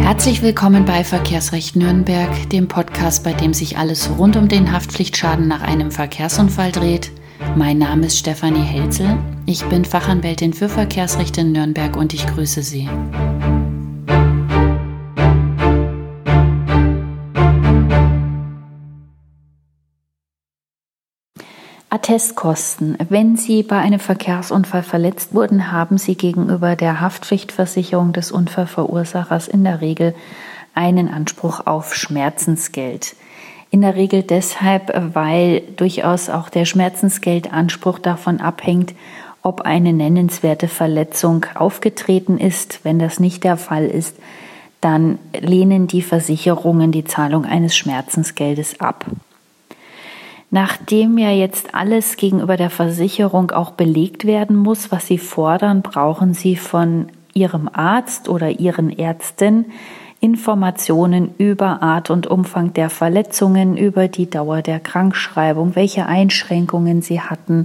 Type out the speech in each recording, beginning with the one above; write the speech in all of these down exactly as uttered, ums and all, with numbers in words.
Herzlich willkommen bei Verkehrsrecht Nürnberg, dem Podcast, bei dem sich alles rund um den Haftpflichtschaden nach einem Verkehrsunfall dreht. Mein Name ist Stefanie Helzel, ich bin Fachanwältin für Verkehrsrecht in Nürnberg und ich grüße Sie. Attestkosten. Wenn Sie bei einem Verkehrsunfall verletzt wurden, haben Sie gegenüber der Haftpflichtversicherung des Unfallverursachers in der Regel einen Anspruch auf Schmerzensgeld. In der Regel deshalb, weil durchaus auch der Schmerzensgeldanspruch davon abhängt, ob eine nennenswerte Verletzung aufgetreten ist. Wenn das nicht der Fall ist, dann lehnen die Versicherungen die Zahlung eines Schmerzensgeldes ab. Nachdem ja jetzt alles gegenüber der Versicherung auch belegt werden muss, was Sie fordern, brauchen Sie von Ihrem Arzt oder Ihren Ärzten Informationen über Art und Umfang der Verletzungen, über die Dauer der Krankschreibung, welche Einschränkungen Sie hatten,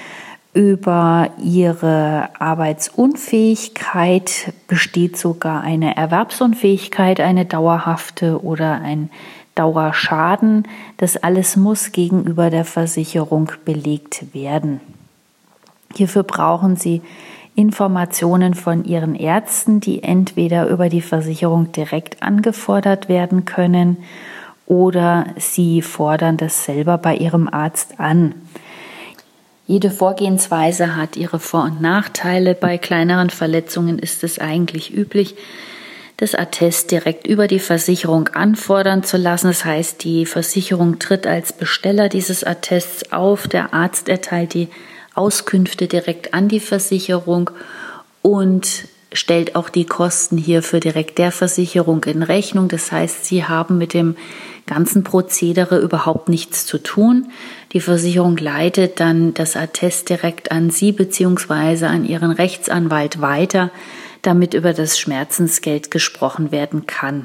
über Ihre Arbeitsunfähigkeit, besteht sogar eine Erwerbsunfähigkeit, eine dauerhafte oder ein Dauerschaden. Das alles muss gegenüber der Versicherung belegt werden. Hierfür brauchen Sie Informationen von Ihren Ärzten, die entweder über die Versicherung direkt angefordert werden können oder Sie fordern das selber bei Ihrem Arzt an. Jede Vorgehensweise hat ihre Vor- und Nachteile. Bei kleineren Verletzungen ist es eigentlich üblich, das Attest direkt über die Versicherung anfordern zu lassen. Das heißt, die Versicherung tritt als Besteller dieses Attests auf. Der Arzt erteilt die Auskünfte direkt an die Versicherung und stellt auch die Kosten hierfür direkt der Versicherung in Rechnung. Das heißt, Sie haben mit dem ganzen Prozedere überhaupt nichts zu tun. Die Versicherung leitet dann das Attest direkt an Sie bzw. an Ihren Rechtsanwalt weiter, damit über das Schmerzensgeld gesprochen werden kann.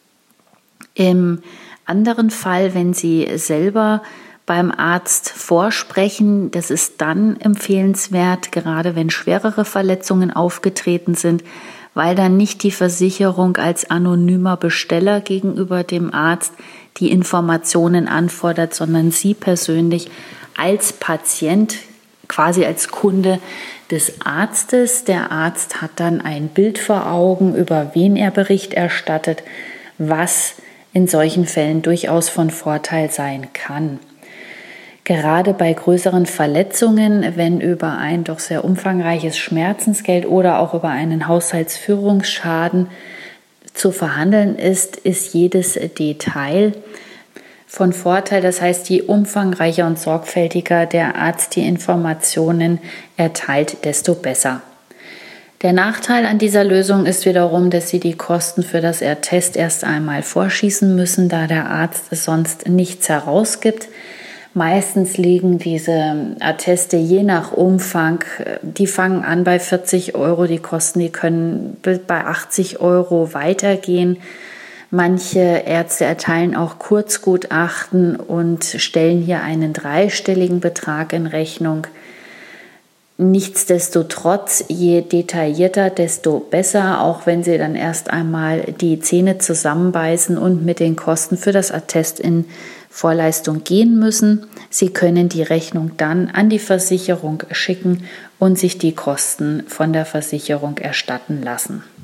Im anderen Fall, wenn Sie selber beim Arzt vorsprechen, das ist dann empfehlenswert, gerade wenn schwerere Verletzungen aufgetreten sind, weil dann nicht die Versicherung als anonymer Besteller gegenüber dem Arzt die Informationen anfordert, sondern Sie persönlich als Patient, quasi als Kunde des Arztes. Der Arzt hat dann ein Bild vor Augen, über wen er Bericht erstattet, was in solchen Fällen durchaus von Vorteil sein kann. Gerade bei größeren Verletzungen, wenn über ein doch sehr umfangreiches Schmerzensgeld oder auch über einen Haushaltsführungsschaden zu verhandeln ist, ist jedes Detail von Vorteil. Das heißt, je umfangreicher und sorgfältiger der Arzt die Informationen erteilt, desto besser. Der Nachteil an dieser Lösung ist wiederum, dass Sie die Kosten für das Attest erst einmal vorschießen müssen, da der Arzt sonst nichts herausgibt. Meistens liegen diese Atteste je nach Umfang, die fangen an bei vierzig Euro, die Kosten, die können bei achtzig Euro weitergehen. Manche Ärzte erteilen auch Kurzgutachten und stellen hier einen dreistelligen Betrag in Rechnung. Nichtsdestotrotz, je detaillierter, desto besser, auch wenn Sie dann erst einmal die Zähne zusammenbeißen und mit den Kosten für das Attest in Vorleistung gehen müssen. Sie können die Rechnung dann an die Versicherung schicken und sich die Kosten von der Versicherung erstatten lassen.